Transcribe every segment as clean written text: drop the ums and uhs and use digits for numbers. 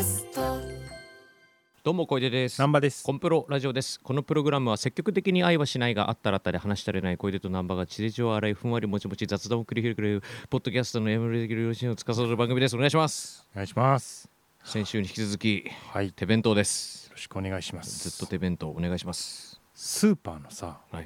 ャスト。 どうも小出です。 南波です。 コンプロラジオです。このプログラムは積極的に愛はしないがあったらあったで話し足れない小出と南波が地デジを洗いふんわりもちもち雑談を繰り広げるポッドキャストの眠りできるシーンを司る番組です。お願いします。 お願いします。 先週に引き続き、 はい、よ手弁当です。 ろしくお願いします。 ずっと手弁当お願いします。 スーパーのさ、 はい、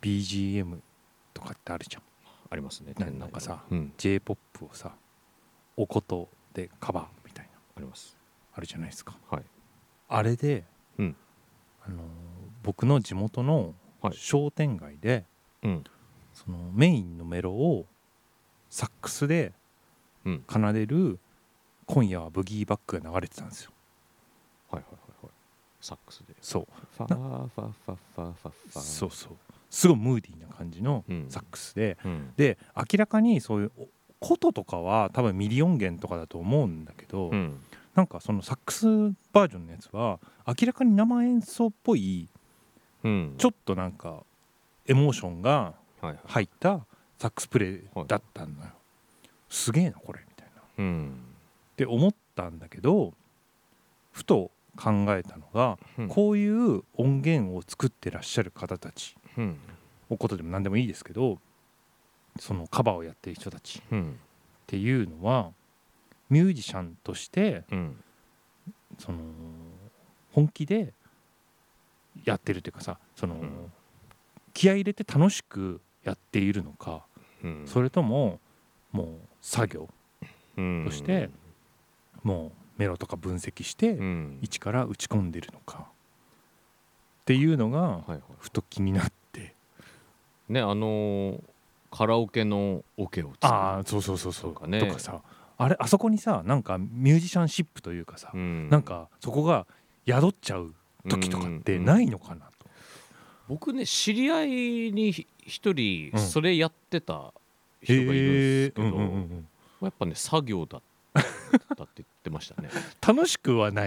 BGM とかってあるじゃん。 ありますね。 なんかさ、 うん、 J-POP をさおことでカバーみたいなあります。 あるじゃないですか。 はい。 あれで、 うん、 僕の地元の商店街で、 はい、 そのメインのメロをサックスで奏でる今夜はブギーバックが流れてたんですよ。 はいはいはいはい。サックスで。 そう。 ファーファーファーファーファー。 そうそう。すごいムーディーな感じのサックスで、で明らかにそういう琴とかは多分ミディ音源とかだと思うんだけど、なんかそのサックスバージョンのやつは明らかに生演奏っぽい、ちょっとなんかエモーションが入ったサックスプレイだったのよ。すげえなこれみたいな、って思ったんだけど、ふと考えたのが、こういう音源を作ってらっしゃる方たち、おことでも何でもいいですけど、そのカバーをやってる人たちっていうのはミュージシャンとして、その本気でやってるというかさ、その、気合い入れて楽しくやっているのか、それとももう作業としてもうメロとか分析して一から打ち込んでるのかっていうのがふと気になってね、カラオケのオケを作るとかね、とかさ、あそこにさ、なんかミュージシャンシップというかさ、なんかそこが宿っちゃう時とかってないのかなと。 僕ね、知り合いに一人それやってた人がいるんですけど、やっぱね作業だったって言ってましたね。 楽しくはない。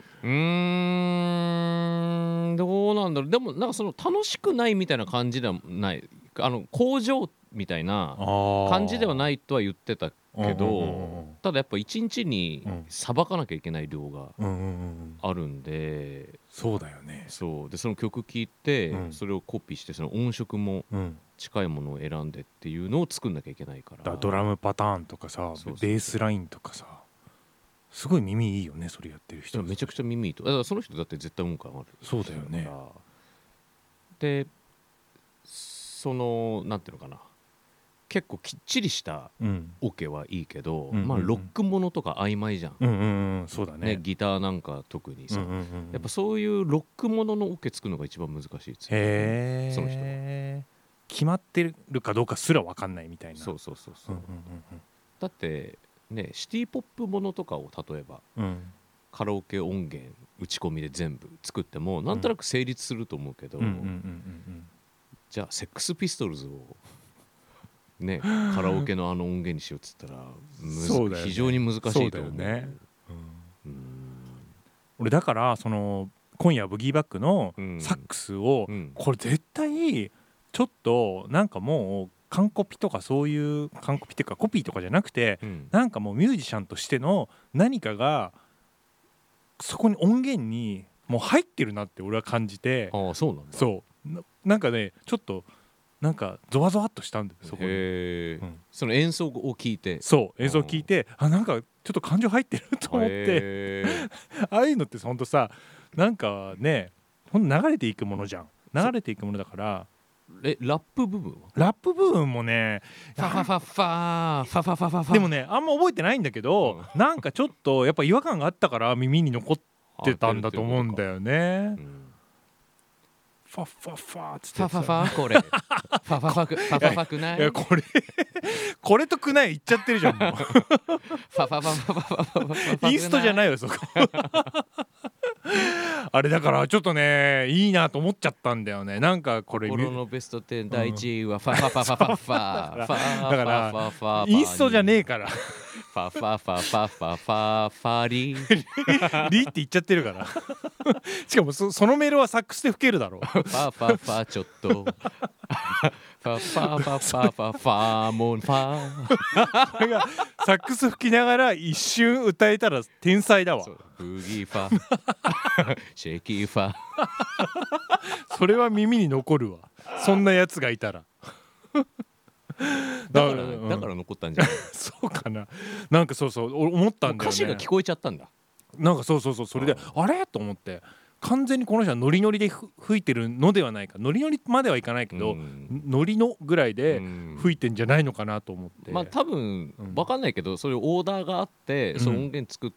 どうなんだろう。でもなんかその楽しくないみたいな感じではない、工場みたいな感じではないとは言ってたけど、ただやっぱ一日にさばかなきゃいけない量があるんで、 そうだよね。 そうで、その曲聴いてそれをコピーして、その音色も近いものを選んでっていうのを作んなきゃいけないから、 ドラムパターンとかさ、ベースラインとかさ、すごい耳いいよね、それやってる人。 めちゃくちゃ耳いいと。だからその人だって絶対音感ある。 そうだよね。 で、そのなんていうのかな、結構きっちりしたオケはいいけど、まあロックものとか曖昧じゃん。 そうだね。 ギターなんか特にさ、やっぱそういうロックもののオケ作るのが一番難しいですよね。その人は決まってるかどうかすら分かんないみたいな。 そう。だってね、シティポップものとかを例えば、カラオケ音源打ち込みで全部作ってもなんとなく成立すると思うけど、じゃあセックスピストルズをねカラオケの音源にしようっつったら非常に難しいと思うね。 俺だからその今夜ブギーバックのサックスを、これ絶対ちょっとなんかもう完コピとか、そういう完コピっていうかコピーとかじゃなくて、なんかもうミュージシャンとしての何かがそこに音源にもう入ってるなって俺は感じて。 そうなんだ。 そうなんかね、ちょっとなんかゾワゾワっとしたんだよ、そこに。 その演奏を聞いて。 そう演奏を聞いて、なんかちょっと感情入ってると思ってああいうのってほんとさ、なんかね、ほんと流れていくものじゃん。流れていくものだから。 ラップ部分は？ ラップ部分もね、 ファファファファファファファファファ、 でもねあんま覚えてないんだけど、なんかちょっとやっぱ違和感があったから耳に残ってたんだと思うんだよね。ファファファつってファファファ、これファファファファファファくない？ いやこれとくない言っちゃってるじゃんもう。 ファファファファファファファ、 インストじゃないよそこ。あれだからちょっとねいいなと思っちゃったんだよね。なんかこれ心のベスト10第1位はファファファファファファ、 だからインストじゃねえから。フファファファファファファファリリって言っちゃってるからしかもそのメールはサックスで吹けるだろファファファちょっとファファファファファファモンファこれがサックス吹きながら一瞬歌えたら天才だわ。 ブギファシェイキーファそれは耳に残るわ、そんなやつがいたらだから残ったんじゃないそうかな。なんかそう思ったんだよね。 歌詞が聞こえちゃったんだ。 なんかそうそれであれと思って、完全にこの人はノリノリで吹いてるのではないか、ノリノリまではいかないけど、ノリのぐらいで吹いてんじゃないのかなと思って、 まあ多分分かんないけど、それオーダーがあって、その音源作って、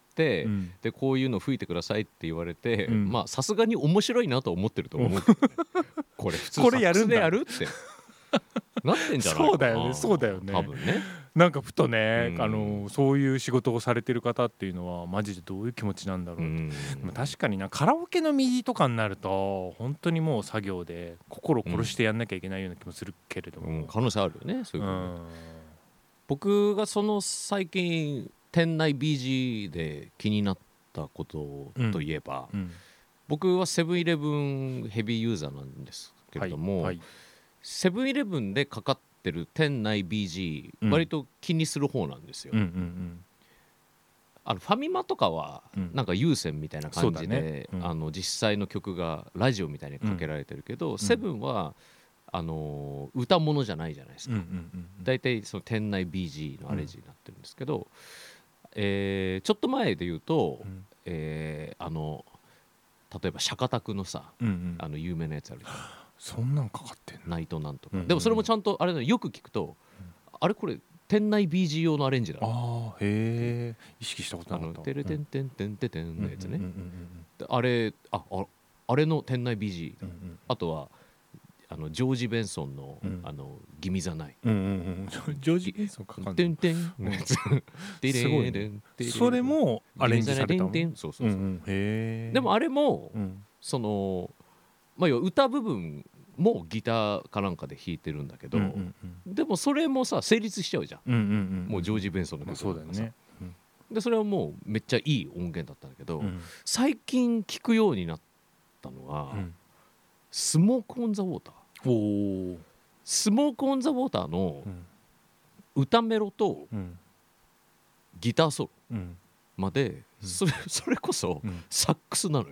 でこういうの吹いてくださいって言われて、まあさすがに面白いなと思ってると思うけどねこれ普通サックスでやるってなってんじゃないかな。 そうだよね多分ね。 なんかふとね、そういう仕事をされてる方っていうのはマジでどういう気持ちなんだろうって、でも確かにな、カラオケの右とかになると本当にもう作業で心を殺してやんなきゃいけないような気もするけれども、 可能性あるよね、そういうこと、僕がその最近店内 BG で気になったことといえば、僕はセブンイレブンヘビーユーザーなんですけれども、セブンイレブンでかかってる店内 BG、割と気にする方なんですよ。ファミマとかはなんか有線みたいな感じで、実際の曲がラジオみたいにかけられてるけど、セブンは歌物じゃないじゃないですか。だいたいその店内 BG のアレンジになってるんですけど、ちょっと前で言うと、例えばシャカタクのさ、有名なやつあるじゃん。 そんなんかかってんの、 ナイトなんとか、でもそれもちゃんとあれだ、よく聞くと、あれこれ店内 BG 用のアレンジだ。 ああ、へえ、意識したことなかった。 テレテンテンテンテンテンのやつね。あれの店内 BG、あとはジョージ・ベンソンのギミザナイ、 ジョージ・ベンソンかかんない。 テンテンのやつ、すごいね。それもアレンジされたの。 そうそうそう。でもあれもそのまあ歌部分もギターかなんかで弾いてるんだけど、でもそれもさ成立しちゃうじゃん。もうジョージ・ベンソンの曲とかさ、でそれはもうめっちゃいい音源だったんだけど、最近聴くようになったのがスモーク・オン・ザ・ウォーター。スモーク・オン・ザ・ウォーターの歌メロとギターソロまで、それこそサックスなのよ。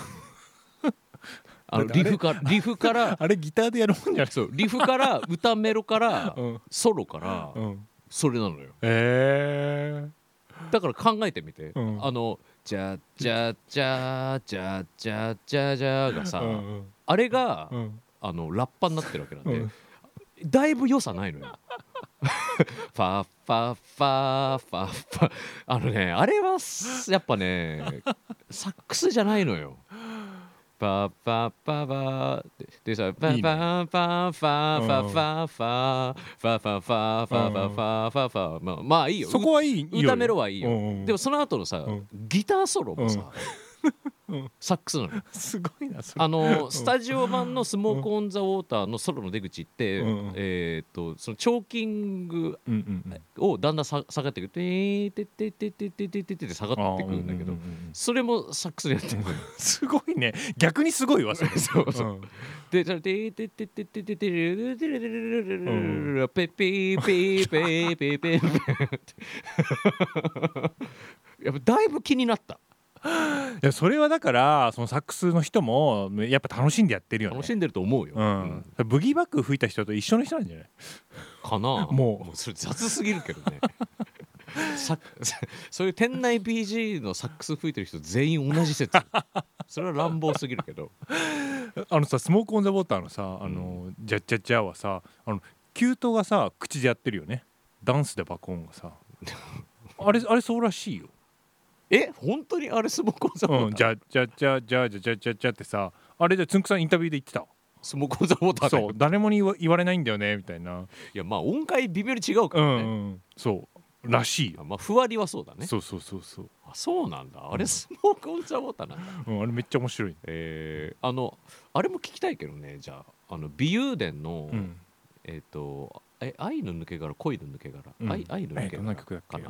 リフからあれギターでやるもんじゃない。 そう、リフから歌メロからソロからそれなのよ。だから考えてみて、ジャジャジャジャジャジャジャがさ、あれがラッパになってるわけなんで、だいぶ良さないのよ。ファファファファファ、あれはやっぱねサックスじゃないのよ。パパパパでさ、パパパファファファファファファファファファファファファ、まあいいよ、 そこはいい、 歌メロはいいよ。でもその後のさギターソロもさサックスなの。 すごいなそれ。スタジオ版のスモーク・オン・ザ・ウォーターのソロの出口って、そのチョーキングをだんだん下がっていく、テテテテテテテテテ下がってくるんだけど、それもサックスでやってる。 すごいね、逆にすごいわそれ。 そうそうで、テテテテテテテテレレレレレレレペペペペペペやっぱだいぶ気になった。 いや、それはだからそのサックスの人もやっぱ楽しんでやってるよね。 楽しんでると思うよ。 ブギーバック吹いた人と一緒の人なんじゃないかな。もうそれ雑すぎるけどね。そういう店内 BG のサックス吹いてる人全員同じ説。それは乱暴すぎるけど、 さ、スモーク・オン・ザ・ウォーターのさ、ジャッジャッジャーはさ、キュートがさ口でやってるよね。ダンスでバコンがさあれそうらしいよ。 本当にあれスモーク・オン・ザ・ウォーター、 ジャッジャッジャージャージャッジャッジャッジャーってさ、あれでつんくさんインタビューで言ってた。 スモーク・オン・ザ・ウォーターそう、誰もに言われないんだよねみたいな。 いや、まあ音階微妙に違うからね。 そうらしいよ。 まあふわりはそうだね。 そうそうなんだ。あれスモーク・オン・ザ・ウォーターなんだ。 あれめっちゃ面白い。 あれも聞きたいけどね。じゃあ美雄伝の愛の抜け殻、恋の抜け殻、愛の抜け殻かな。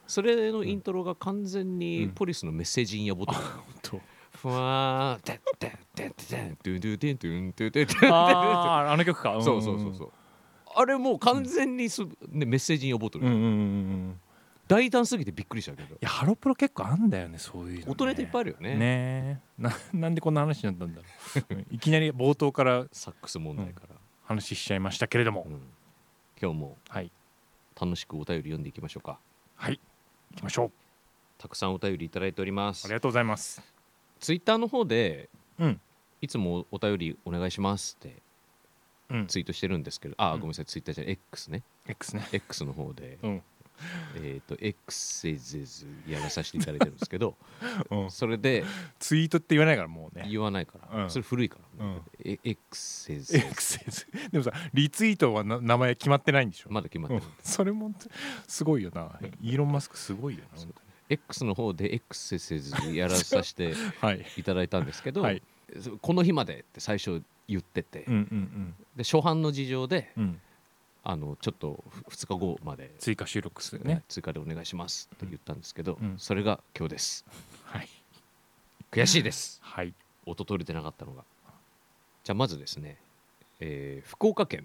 それのイントロが完全にポリスのメッセージインやボトル、ふわーてってってってってドゥドゥドゥドゥドゥドゥドゥ、 あの曲か。 そうそうそうそう、あれもう完全にメッセージインやボトル、大胆すぎてびっくりしたけど。いやハロプロ結構あんだよね、そういうの。 音ネタいっぱいあるよね。 ねえ、なんでこんな話になったんだろう。いきなり冒頭からサックス問題から話しちゃいましたけれども、 今日も楽しくお便り読んでいきましょうか。 はい、行きましょう。 たくさんお便りいただいております。 ありがとうございます。 ツイッターの方で、いつもお便りお願いしますってツイートしてるんですけど、ごめんなさい、ツイッターじゃない X ね。 X の方で、X やらさせていただいてるんですけど、それでツイートって言わないから、もうね言わないから、それ古いから、X でもさ、リツイートは名前決まってないんでしょ。 まだ決まってない、 それもすごいよな。イーロン・マスクすごいよな。 X の方で X やらさせていただいたんですけど、この日までって最初言ってて、で初版の事情で、ちょっと2日後まで追加収録するね、 追加でお願いしますって言ったんですけど、それが今日です。悔しいです。音取れてなかったのが。じゃあまずですね、福岡県、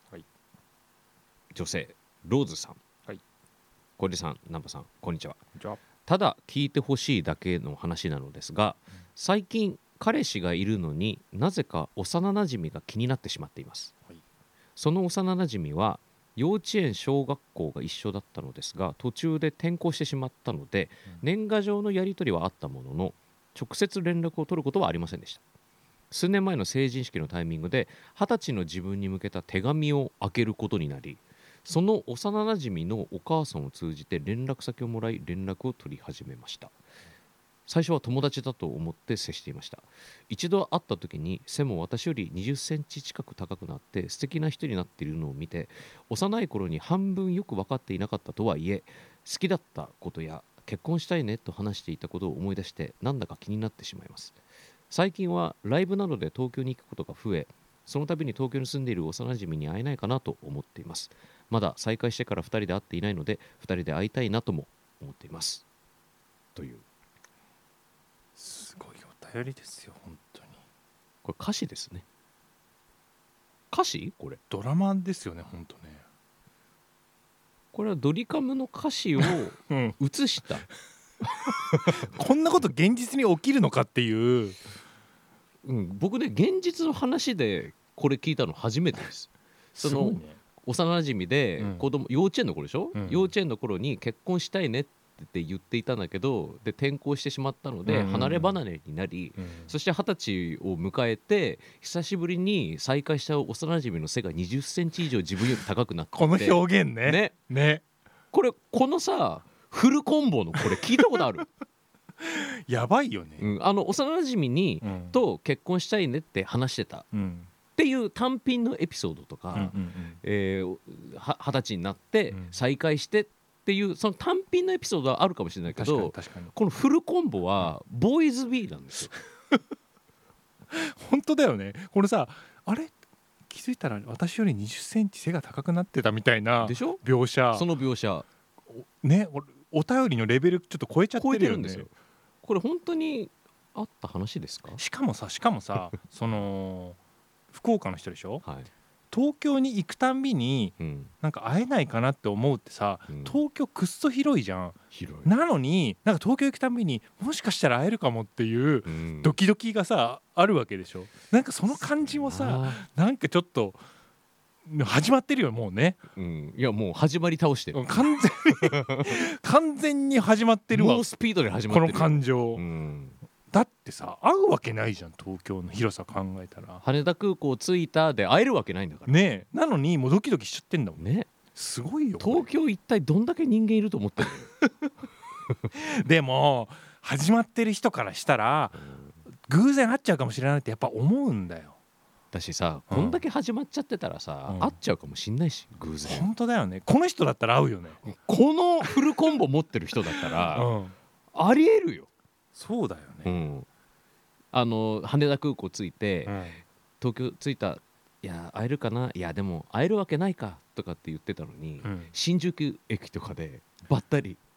女性ローズさん、小出さん、南波さん、こんにちは。ただ聞いてほしいだけの話なのですが、最近彼氏がいるのになぜか幼なじみが気になってしまっています。その幼なじみは幼稚園小学校が一緒だったのですが、途中で転校してしまったので、年賀状のやり取りはあったものの直接連絡を取ることはありませんでした。数年前の成人式のタイミングで20歳の自分に向けた手紙を開けることになり、その幼なじみのお母さんを通じて連絡先をもらい、連絡を取り始めました。最初は友達だと思って接していました。一度会った時に背も私より20センチ近く高くなって素敵な人になっているのを見て、幼い頃に半分よく分かっていなかったとはいえ、好きだったことや結婚したいねと話していたことを思い出して、なんだか気になってしまいます。最近はライブなどで東京に行くことが増え、その度に東京に住んでいる幼馴染に会えないかなと思っています。まだ再会してから2人で会っていないので、2人で会いたいなとも思っています、という。 すごいお便りですよ、本当に。 これ歌詞ですね。歌詞？これドラマですよね、本当ね。 これはドリカムの歌詞を写した、 こんなこと現実に起きるのかっていう、 僕ね、現実の話でこれ聞いたの初めてです。その幼馴染で子供、幼稚園の頃でしょ、幼稚園の頃に結婚したいねって言っていたんだけど、で転校してしまったので離れ離れになり、そして20歳を迎えて久しぶりに再会した幼馴染の背が20センチ以上自分より高くなってて、 この表現ねこのさフルコンボのこれ聞いたことある？ やばいよね、 幼馴染に、と結婚したいねって話してた、っていう単品のエピソードとか、20歳になって再会してっていうその単品のエピソードはあるかもしれないけど、このフルコンボはボーイズビーなんですよ。 本当だよね。これさ、あれ気づいたら私より20センチ背が高くなってたみたいな描写、 その描写ね、お便りのレベルちょっと超えちゃってるよね。 んですよ。これ本当にあった話ですか？ しかもさその福岡の人でしょ、東京に行くたんびに、なんか会えないかなって思うってさ、東京くっそ広いじゃん。なのになんか東京行くたんびにもしかしたら会えるかもっていうドキドキがさあるわけでしょ。なんかその感じもさ、なんかちょっと始まってるよもうね。 いやもう始まり倒してる。 完全に始まってるわ。 猛スピードで始まってるこの感情。だってさ、会うわけないじゃん、東京の広さ考えたら。 羽田空港着いたで会えるわけないんだからね。なのにもうドキドキしちゃってんだもんね。 すごいよ。 東京一体どんだけ人間いると思ってるの？でも始まってる人からしたら、偶然会っちゃうかもしれないってやっぱ思うんだよ。 だしさ、こんだけ始まっちゃってたらさ、会っちゃうかもしんないし、偶然。 本当だよね。この人だったら会うよね。 このフルコンボ持ってる人だったら、ありえるよ。 そうだよね。 羽田空港着いて、東京着いた、いや会えるかな、いやでも会えるわけないかとかって言ってたのに、新宿駅とかでばったり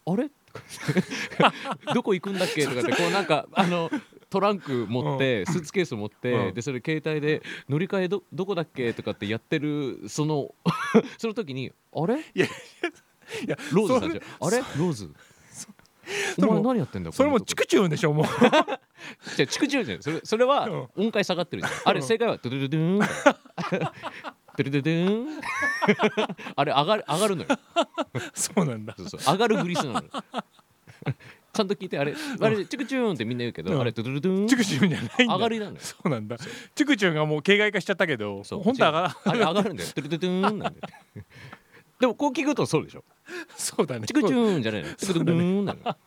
あれどこ行くんだっけとかってこうなんかトランク持ってスーツケース持って、でそれ携帯で乗り換えどこだっけとかってやってるその時にあれいやローズさんじゃあれローズお前何やってんだよそれもチクチューンでしょもうじゃチクチューンじゃんそれは音階下がってるじゃんあれ正解はドゥドゥドゥーンドゥルドゥドゥーンあれ上がるのよそうなんだそう上がるグリスなのよちゃんと聞いてあれチクチューンってみんな言うけど、あれドゥドゥドゥーンチクチューンじゃないんだ上がりなのよ。 そうなんだチクチューンがもう形骸化しちゃったけど本当はあれ上がるんだよドゥドゥドゥーンなんだよでもこう聞くとそうでしょそうだねチクチューンじゃないのチクチューンなのよ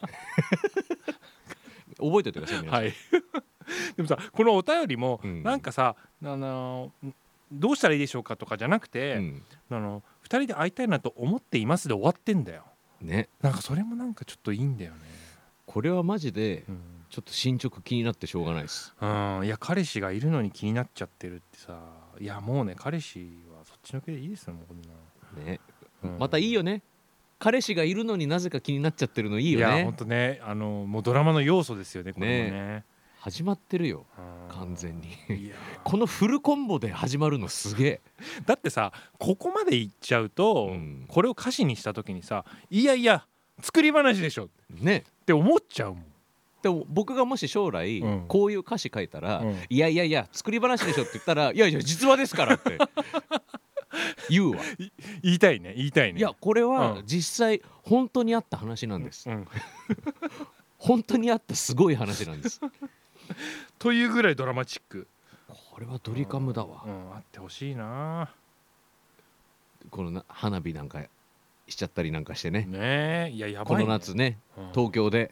覚えておいてください皆さん、 はいでもさこのお便りもなんかさ、どうしたらいいでしょうかとかじゃなくて、2人で会いたいなと思っていますで終わってんだよね。 なんかそれもなんかちょっといいんだよね。 これはマジでちょっと進捗気になってしょうがないです。 いや彼氏がいるのに気になっちゃってるってさ、いやもうね彼氏はそっちのけでいいですよもうこんなね、またいいよね。彼氏がいるのになぜか気になっちゃってるのいいよね。 いやほんとねもうドラマの要素ですよねこれもね。 始まってるよ完全にこのフルコンボで始まるのすげえだってさここまでいっちゃうと、これを歌詞にした時にさいや作り話でしょねって思っちゃうもん。 でも僕がもし将来、こういう歌詞書いたら、いや作り話でしょって言ったらいや実話ですからって言うわ。 言いたいね。いやこれは実際本当にあった話なんです、本当にあったすごい話なんですというぐらいドラマチック。 これはドリカムだわ、 あってほしいな。 この花火なんかしちゃったりなんかしてね。 ねえいややばいねこの夏ね、東京で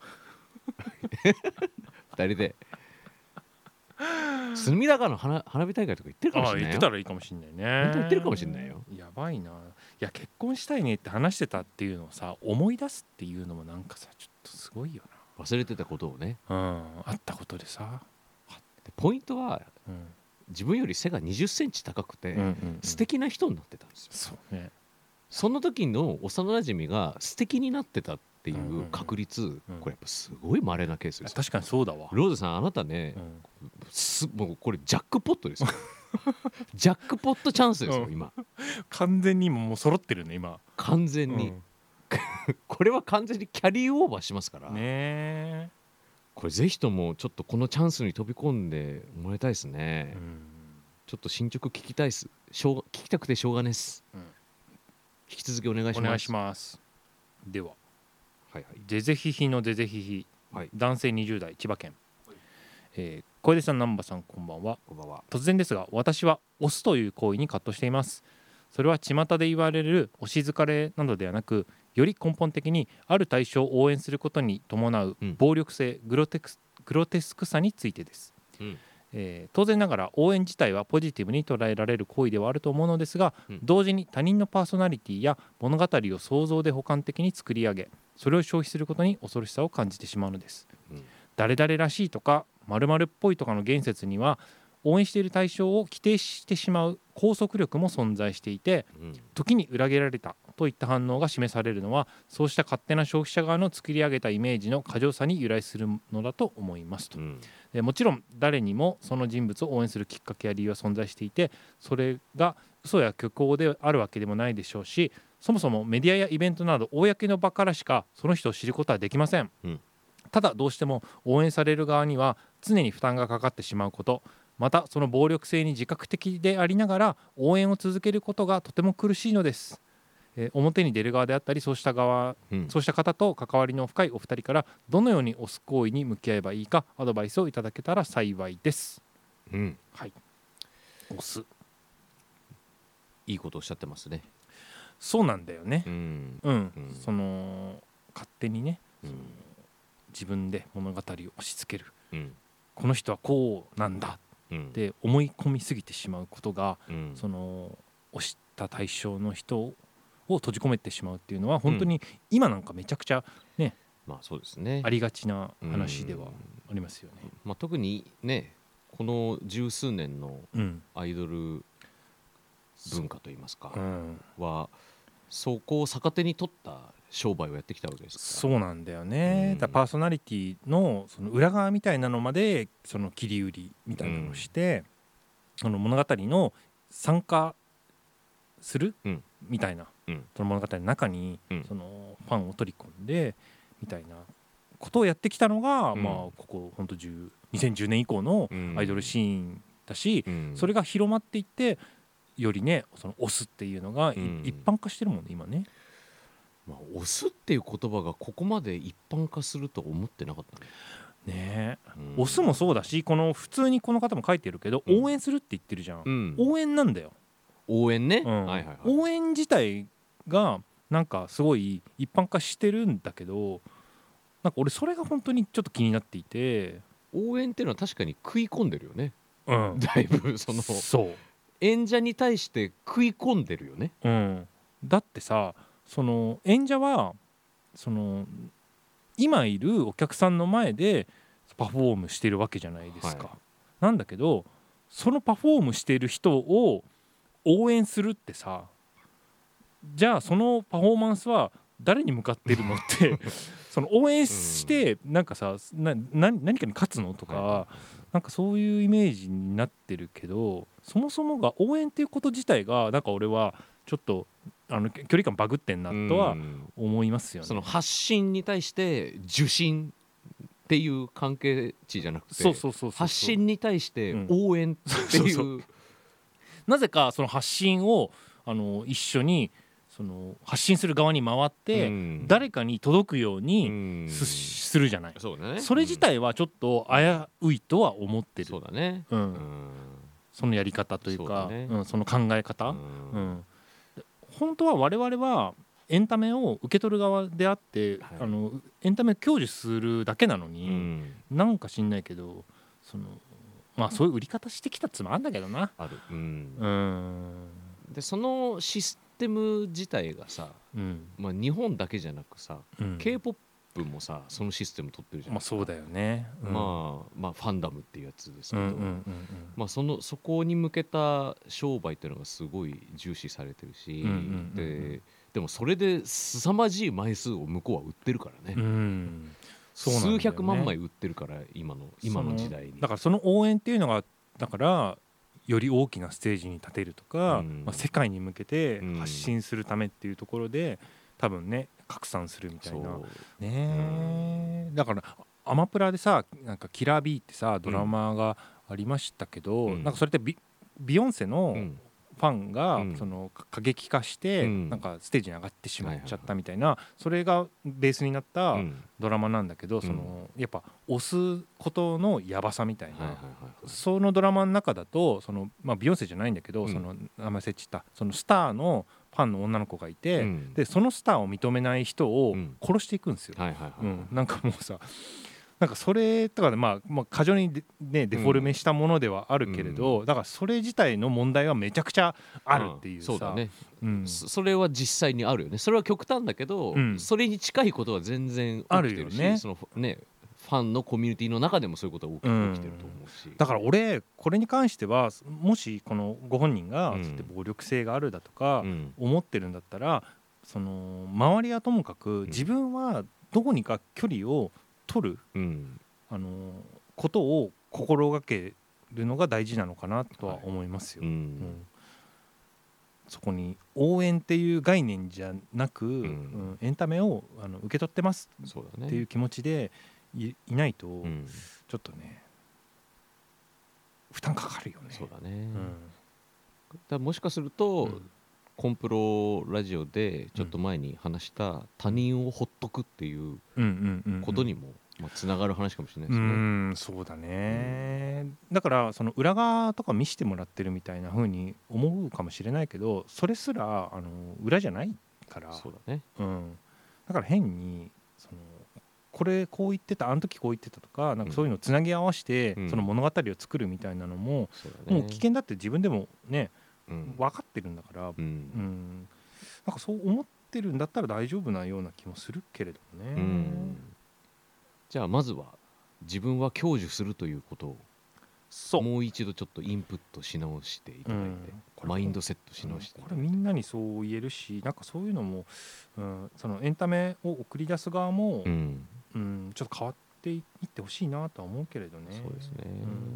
2人で隅田川の花火大会とか行ってるかもしれないよ。 言ってたらいいかもしれないね。 本当に行ってるかもしれないよ。 やばいな。いや結婚したいねって話してたっていうのをさ思い出すっていうのもなんかさちょっとすごいよな。忘れてたことをね、 あったことでさ。 でポイントは、自分より背が20センチ高くて、素敵な人になってたんですよ。 そうね。 その時の幼馴染が素敵になってたっていう確率、これやっぱすごい稀なケースです。 確かにそうだわ。 ローズさんあなたね、もうこれジャックポットですよジャックポットチャンスですよ、今完全にもう揃ってるね今完全に、これは完全にキャリーオーバーしますからね。 これぜひともちょっとこのチャンスに飛び込んでもらいたいですね、ちょっと進捗聞きたいです。聞きたくてしょうがないです、引き続きお願いします。 お願いします。では、デゼヒヒのデゼヒヒ、男性20代千葉県、小出さん南波さんこんばんは。突然ですが私は推すという行為に葛藤しています。それは巷で言われる推し疲れなどではなく、より根本的にある対象を応援することに伴う暴力性、グロテスクさについてです。当然ながら応援自体はポジティブに捉えられる行為ではあると思うのですが、同時に他人のパーソナリティや物語を想像で補完的に作り上げ、それを消費することに恐ろしさを感じてしまうのです。誰々らしいとか〇〇っぽいとかの言説には応援している対象を規定してしまう拘束力も存在していて、時に裏切られたといった反応が示されるのは、そうした勝手な消費者側の作り上げたイメージの過剰さに由来するのだと思いますと。もちろん誰にもその人物を応援するきっかけや理由は存在していて、それが嘘や虚構であるわけでもないでしょうし、そもそもメディアやイベントなど公の場からしかその人を知ることはできません。ただどうしても応援される側には常に負担がかかってしまうこと、またその暴力性に自覚的でありながら応援を続けることがとても苦しいのです。表に出る側であったりそうした方と関わりの深いお二人からどのように推す行為に向き合えばいいかアドバイスをいただけたら幸いです。はい。推す、 いいことおっしゃってますね。 そうなんだよね。その勝手にね、自分で物語を押し付ける、この人はこうなんだって思い込みすぎてしまうことが、その推した対象の人を閉じ込めてしまうっていうのは本当に今なんかめちゃくちゃね、 そうですね、 ありがちな話ではありますよね。 特にねこの十数年のアイドル文化といいますか、はそこを逆手に取った商売をやってきたわけですから。そうなんだよね、だパーソナリティのその裏側みたいなのまでその切り売りみたいなのをして、その物語の参加する、みたいな、その物語の中にそのファンを取り込んでみたいなことをやってきたのが、まあここ本当2010年以降のアイドルシーンだし、それが広まっていってよりねその推すっていうのが一般化してるもんね今ね。 まあ、推すっていう言葉がここまで一般化すると思ってなかったね。 ねえ、推すもそうだし、この普通にこの方も書いてるけど、応援するって言ってるじゃん、応援なんだよ。 応援ね、 応援自体がなんかすごい一般化してるんだけど、なんか俺それが本当にちょっと気になっていて、 応援っていうのは確かに食い込んでるよね、だいぶそう演者に対して食い込んでるよね、 だってさ、その演者はその今いるお客さんの前でパフォームしてるわけじゃないですか、なんだけどそのパフォームしてる人を応援するってさ、じゃあそのパフォーマンスは誰に向かってるのってその応援してなんかさ何かに勝つのとか、なんかそういうイメージになってるけど、そもそもが応援っていうこと自体がなんか俺はちょっと距離感バグってんなとは思いますよね。 その発信に対して受信っていう関係値じゃなくて、発信に対して応援っていう、 なぜかその発信を一緒にその発信する側に回って誰かに届くようにするじゃない。それ自体はちょっと危ういとは思ってる。 そうだね、 そのやり方というかその考え方、本当は我々はエンタメを受け取る側であって、エンタメを享受するだけなのに、なんか知んないけどまあそういう売り方してきたっつもあるんだけどな。 ある。でそのシステム自体がさ、まあ、日本だけじゃなくさ、K-POP もさそのシステム取ってるじゃん。 まあそうだよね。 まあファンダムっていうやつですけど、まあそこに向けた商売っていうのがすごい重視されてるし、でもそれで凄まじい枚数を向こうは売ってるからね。数百万枚売ってるから今の時代に。 だからその応援っていうのがだからより大きなステージに立てるとか、世界に向けて発信するためっていうところで多分ね拡散するみたいなね。だからアマプラでさなんかキラー B ってさドラマがありましたけど、なんかそれってビヨンセのファンがその過激化してなんかステージに上がってしまっちゃったみたいな、それがベースになったドラマなんだけど、そのやっぱ押すことのやばさみたいな、そのドラマの中だとそのまあビヨンセじゃないんだけど、その名前設置したそのスターのファンの女の子がいて、でそのスターを認めない人を殺していくんですよ。なんかもうさ、なんかそれとかでまあ過剰にねデフォルメしたものではあるけれど、だからそれ自体の問題はめちゃくちゃあるっていうさ、 そうだね、それは実際にあるよね。それは極端だけど、それに近いことは全然起きてるし、そのねファンのコミュニティの中でもそういうことが起きてると思うし、 だから俺これに関してはもしこのご本人が暴力性があるだとか思ってるんだったら、その周りはともかく自分はどこにか距離を取る、ことを心がけるのが大事なのかなとは思いますよ。そこに応援っていう概念じゃなく、エンタメを受け取ってますっていう気持ちでいないと、ちょっとね負担かかるよね。 そうだね、だもしかすると、コンプロラジオでちょっと前に話した他人をほっとくっていうことにもつながる話かもしれないですね。 そうだね、だからその裏側とか見せてもらってるみたいな風に思うかもしれないけど、それすら裏じゃないから。 そうだね、 だから変にそのこれこう言ってた、あの時こう言ってたとか、なんかそういうのをつなぎ合わせて、その物語を作るみたいなのも、もう危険だって自分でもね分かってるんだから、なんかそう思ってるんだったら大丈夫なような気もするけれどもね。 じゃあまずは自分は享受するということをもう一度ちょっとインプットし直していただいて、マインドセットし直して、 これみんなにそう言えるし、なんかそういうのも、そのエンタメを送り出す側も、ちょっと変わっていってほしいなとは思うけれどね。 そうですね、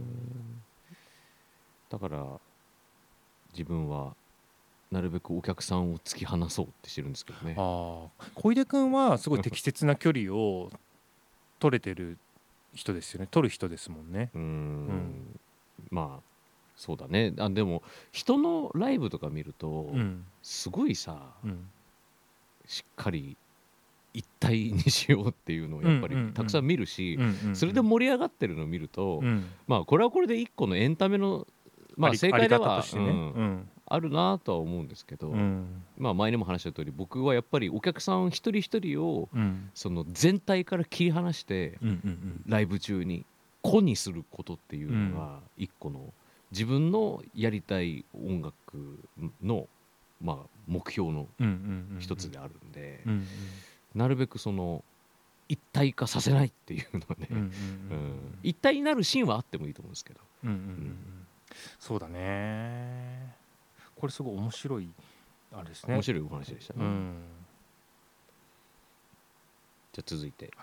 だから自分はなるべくお客さんを突き放そうってしてるんですけどね。 小出君はすごい適切な距離を取れてる人ですよね。取る人ですもんね。 まあそうだね。でも人のライブとか見ると、すごいさ、しっかり一体にしようっていうのをやっぱりたくさん見るし、それで盛り上がってるのを見ると、まあこれはこれで一個のエンタメの、まあ、正解ではあるなとは思うんですけど、まあ前にも話した通り、僕はやっぱりお客さん一人一人をその全体から切り離してライブ中に個にすることっていうのが一個の自分のやりたい音楽のまあ目標の一つであるんで、なるべくその一体化させないっていうのはね、一体になるシーンはあってもいいと思うんですけど、 そうだね。これすごい面白いあれですね。 面白いお話でしたね。じゃあ続いて、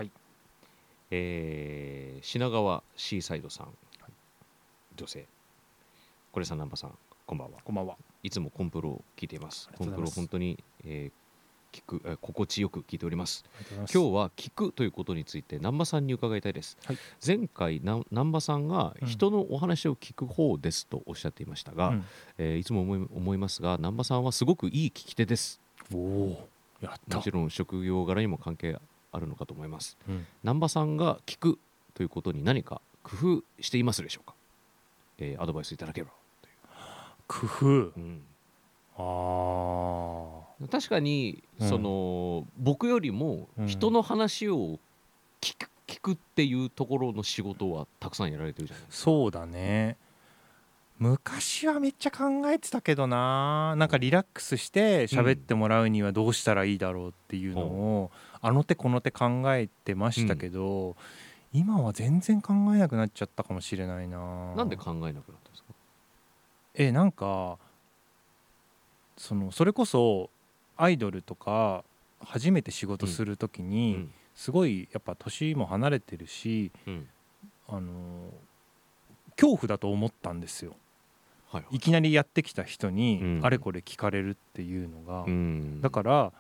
品川シーサイドさん、女性。これさん、南波さん、こんばんは。 こんばんは。 いつもコンプロを聞いています。コンプロ本当に、心地よく聞いております。今日は聞くということについて南波さんに伺いたいです。前回南波さんが人のお話を聞く方ですとおっしゃっていましたが、いつも思いますが南波さんはすごくいい聞き手です。 やった。 もちろん職業柄にも関係あるのかと思います。南波さんが聞くということに何か工夫していますでしょうか。アドバイスいただければという。 工夫、確かに、その僕よりも人の話を聞くっていうところの仕事はたくさんやられてるじゃないですか。 そうだね。昔はめっちゃ考えてたけどな、なんかリラックスして喋ってもらうにはどうしたらいいだろうっていうのを、あの手この手考えてましたけど、今は全然考えなくなっちゃったかもしれないな。 なんで考えなくなったんですか。 なんかそれこそアイドルとか初めて仕事する時にすごいやっぱ年も離れてるし、恐怖だと思ったんですよ。いきなりやってきた人にあれこれ聞かれるっていうのが、だから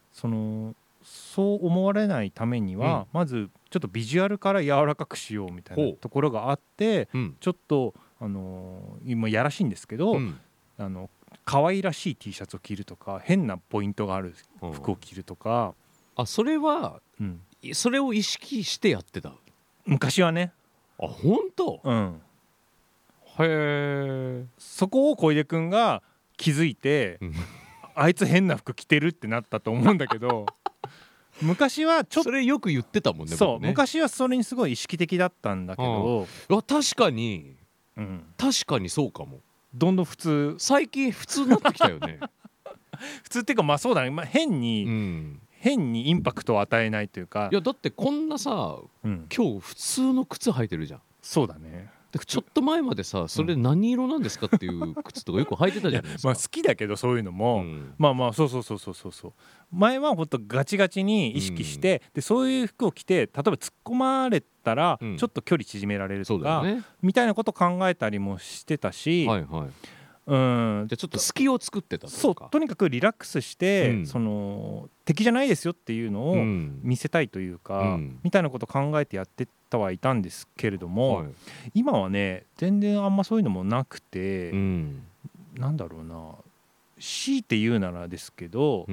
そう思われないためには、まずちょっとビジュアルから柔らかくしようみたいなところがあって、ちょっと今やらしいんですけど、可愛らしい T シャツを着るとか変なポイントがある服を着るとか、 それは、それを意識してやってた昔はね。 本当。へえ。 そこを小出君が気づいて、あいつ変な服着てるってなったと思うんだけど昔はちょっとそれよく言ってたもんね。 そう、昔はそれにすごい意識的だったんだけど、 確かに、確かにそうかも。 どんどん最近普通になってきたよね普通っていうか、まあそうだね、変にインパクトを与えないというか。 いやだってこんなさ、今日普通の靴履いてるじゃん。 そうだね。 ちょっと前までさ、それ何色なんですかっていう靴とかよく履いてたじゃないですか。 好きだけどそういうのも、まあそう前は本当ガチガチに意識して、でそういう服を着て例えば突っ込まれたらちょっと距離縮められるとか、みたいなこと考えたりもしてたし、じゃあちょっと隙を作ってたとか。 そう、とにかくリラックスして、敵じゃないですよっていうのを見せたいというか、みたいなことを考えてやってはいたんですけれども、今はね全然あんまそういうのもなくて、なんだろうな、強いて言うならですけど、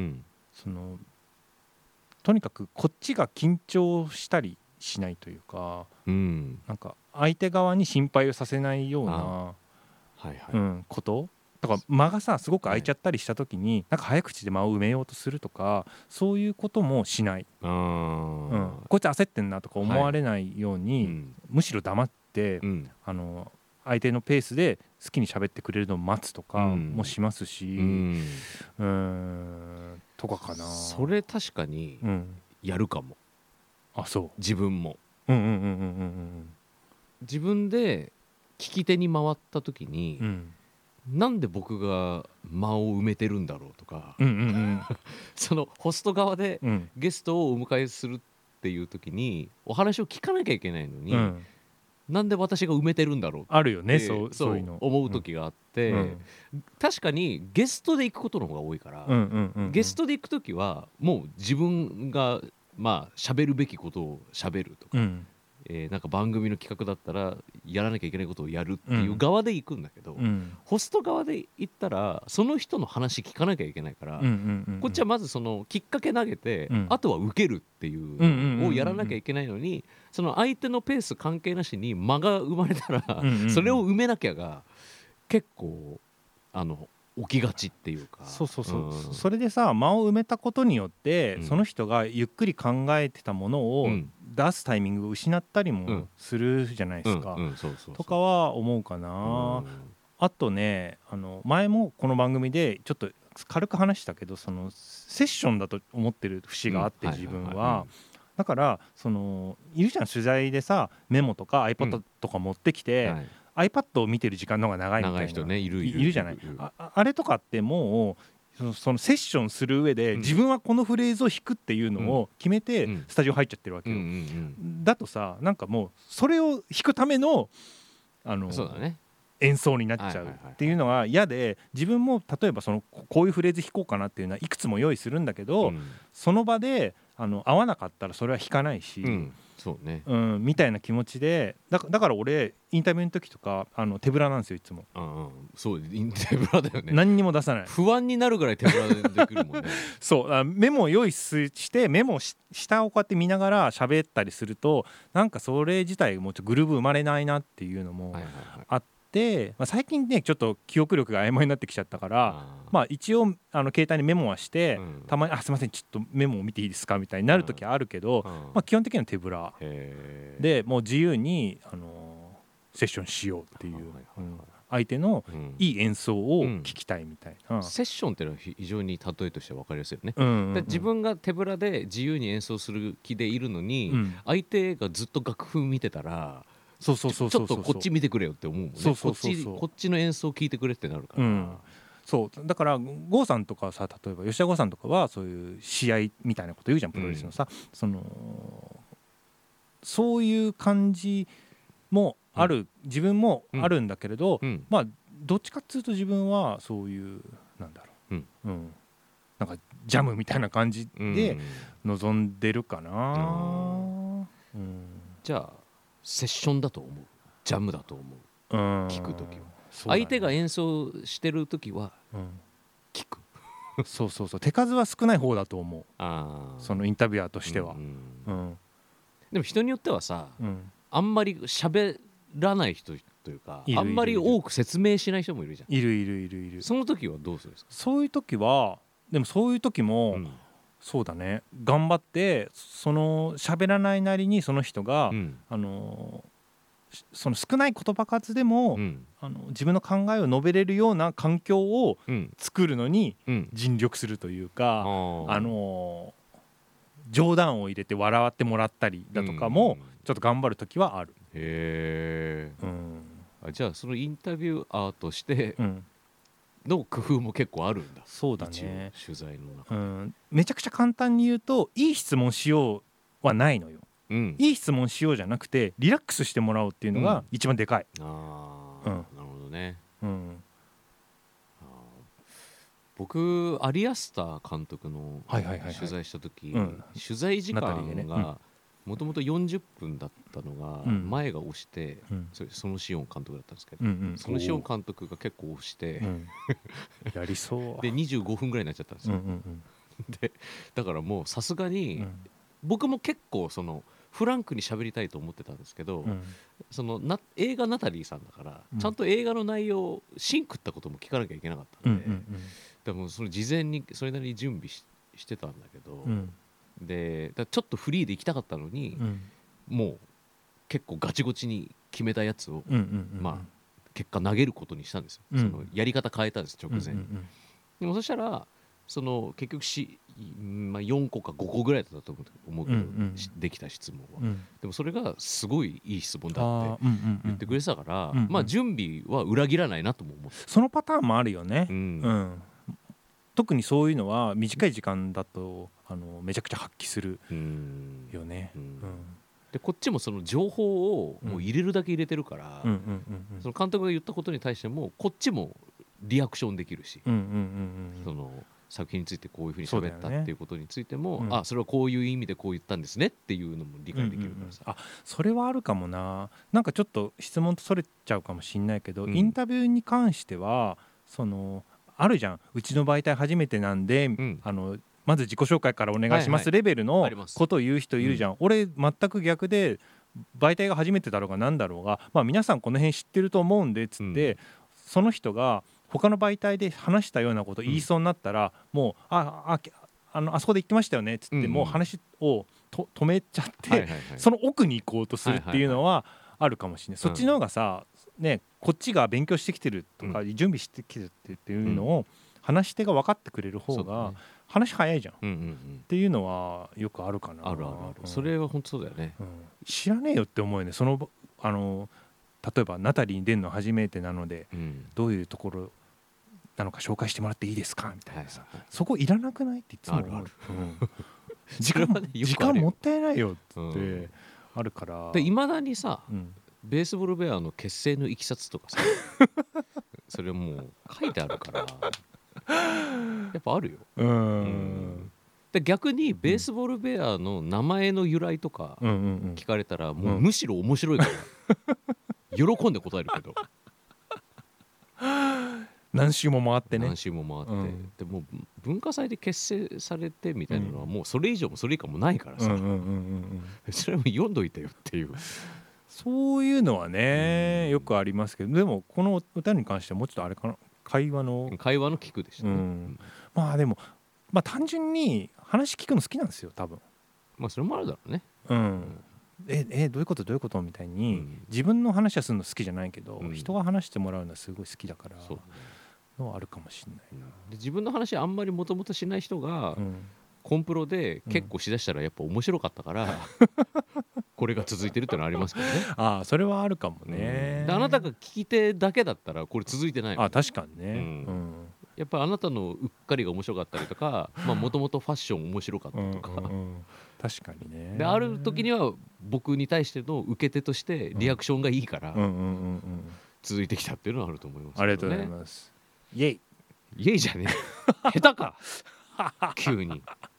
とにかくこっちが緊張したりしないというか、なんか相手側に心配をさせないようなことだから、間がさすごく空いちゃったりした時に、なんか早口で間を埋めようとするとか、そういうこともしない。こいつ焦ってんなとか思われないように、むしろ黙って、相手のペースで好きに喋ってくれるのを待つとかもしますし、とかかな。 それ確かにやるかも。自分も自分で聞き手に回った時に、なんで僕が間を埋めてるんだろうとか、そのホスト側でゲストをお迎えするっていう時にお話を聞かなきゃいけないのに、なんで私が埋めてるんだろうってあるよね、そういうの思う時があって、確かにゲストで行くことの方が多いから、ゲストで行く時はもう自分がまあ喋るべきことを喋るとか、なんか番組の企画だったらやらなきゃいけないことをやるっていう側で行くんだけど、ホスト側で行ったらその人の話聞かなきゃいけないから、こっちはまずそのきっかけ投げて、あとは受けるっていうのをやらなきゃいけないのに、その相手のペース関係なしに間が生まれたら、それを埋めなきゃが結構起きがちっていうか、 それでさ、間を埋めたことによって、その人がゆっくり考えてたものを出すタイミングを失ったりもするじゃないですか、とかは思うかな。あとね、前もこの番組でちょっと軽く話したけど、そのセッションだと思ってる節があって、自分はだからいるじゃん、取材でさメモとか iPad とか持ってきて、iPad を見てる時間の方が長いみたいな人ね、いるじゃない。あれとかってもうそのセッションする上で、自分はこのフレーズを弾くっていうのを決めてスタジオ入っちゃってるわけよ。だとさ、なんかもうそれを弾くためのそうだね、 演奏になっちゃうっていうのが嫌で、自分も例えばこういうフレーズ弾こうかなっていうのはいくつも用意するんだけど、その場で合わなかったらそれは弾かないし、 そうね、 みたいな気持ちで、だから俺インタビューの時とか手ぶらなんですよ、いつも。 そう手ぶらだよね。 何にも出さない。 不安になるぐらい手ぶらでできるもんね。 そうメモを用意してメモ下をこうやって見ながら喋ったりすると、なんかそれ自体もうちょっとグルーヴ生まれないなっていうのもあって、最近ねちょっと記憶力が曖昧になってきちゃったから、一応携帯にメモはして、たまにすいませんちょっとメモを見ていいですかみたいになる時あるけど、基本的には手ぶらでもう自由にセッションしようっていう、相手のいい演奏を聞きたいみたいな、 セッションっていうのは非常に例えとして分かりやすいよね。自分が手ぶらで自由に演奏する気でいるのに、相手がずっと楽譜見てたらちょっとこっち見てくれよって思うもんね。こっちの演奏聞いてくれってなるから、 そうだから郷さんとかさ、例えば吉田剛さんとかはそういう試合みたいなこと言うじゃん、プロレスのさ、そういう感じもある、自分もあるんだけれど、どっちかっていうと自分はそういうなんだろう、なんかジャムみたいな感じで臨んでるかな。 じゃあセッションだと思う、ジャムだと思う、聞くときは、相手が演奏してるときは聞く。 そう手数は少ない方だと思う、そのインタビュアーとしては。 でも人によってはさ、あんまり喋らない人というか、あんまり多く説明しない人もいるじゃん。 いる。 その時はどうするんですか？ そういう時はでもそういう時も、そうだね、頑張ってその喋らないなりにその人が、その少ない言葉数でも、自分の考えを述べれるような環境を作るのに尽力するというか、冗談を入れて笑ってもらったりだとかもちょっと頑張る時はある。 じゃあそのインタビュアーとしての工夫も結構あるんだ。 そうだね、 取材の中で、 めちゃくちゃ簡単に言うと、いい質問しようはないのよ。いい質問しようじゃなくてリラックスしてもらおうっていうのが一番でかい。 なるほどね。僕アリアスター監督の取材した時、取材時間がもともと40分だったのが、前が押して、そのシオン監督だったんですけど、そのシオン監督が結構押して、 やりそうで25分ぐらいになっちゃったんですよ。でだからもうさすがに、僕も結構フランクに喋りたいと思ってたんですけど、映画ナタリーさんだから、ちゃんと映画の内容シンクったことも聞かなきゃいけなかったんで、でもその事前にそれなりに準備してたんだけど、でちょっとフリーで行きたかったのに、もう結構ガチゴチに決めたやつを、結果投げることにしたんですよ。そのやり方変えたんです直前に。でもそしたらその結局4個か5個ぐらいだったと思うけど、できた質問は、でもそれがすごいいい質問だって言ってくれてたから、まあ準備は裏切らないなとも思って、 そのパターンもあるよね。特にそういうのは短い時間だとめちゃくちゃ発揮するよね。 でこっちもその情報をもう入れるだけ入れてるから、その監督が言ったことに対してもこっちもリアクションできるし、その作品についてこういうふうに喋ったっていうことについても、あ、それはこういう意味でこう言ったんですねっていうのも理解できるからさ、 それはあるかもな。なんかちょっと質問とそれちゃうかもしんないけど、インタビューに関してはそのあるじゃん、うちの媒体初めてなんで、まず自己紹介からお願いしますレベルのことを言う人いるじゃん。俺全く逆で、媒体が初めてだろうが何だろうが、まあ、皆さんこの辺知ってると思うんでっつって、その人が他の媒体で話したようなこと言いそうになったら、もうあそこで言ってましたよねっつって、もう話を止めちゃって、その奥に行こうとするっていうのはあるかもしれない。そっちの方がさ、ね、こっちが勉強してきてるとか、準備してきてるっていうのを話し手が分かってくれる方が話早いじゃん、っていうのはよくあるかな。 ある。それは本当そうだよね。 知らねえよって思うよね。例えばナタリーに出るの初めてなので、どういうところなのか紹介してもらっていいですかみたいなさ、そこいらなくないっていつも思う。時間もったいないよってあるから。 いまだにさ、ベースボールベアの結成のいきさつとかさそれもう書いてあるからやっぱあるよ。で逆にベースボールベアの名前の由来とか聞かれたらもうむしろ面白いから喜んで答えるけど何周も回ってね。 何周も回って、でも文化祭で結成されてみたいなのはもうそれ以上もそれ以下もないからさ、それも読んどいてよっていう、 そういうのはねよくありますけど、でもこの歌に関してはもうちょっとあれかな、会話の聞くでしたね。 まあでも単純に話聞くの好きなんですよ多分。 まあそれもあるだろうね。 どういうことみたいに、自分の話はするの好きじゃないけど、人が話してもらうのはすごい好きだからのはあるかもしれないな。 で自分の話あんまりもともとしない人が、コンプロで結構しだしたらやっぱ面白かったから、これが続いてるってのはありますけどね。 それはあるかもね。 であなたが聞き手だけだったらこれ続いてないもんね。 確かにね。 やっぱりあなたのうっかりが面白かったりとか、もともとファッション面白かったとか、 確かにね。 である時には僕に対しての受け手としてリアクションがいいから続いてきたっていうのはあると思いますけどね。 ありがとうございます。イエイじゃねえ下手か急に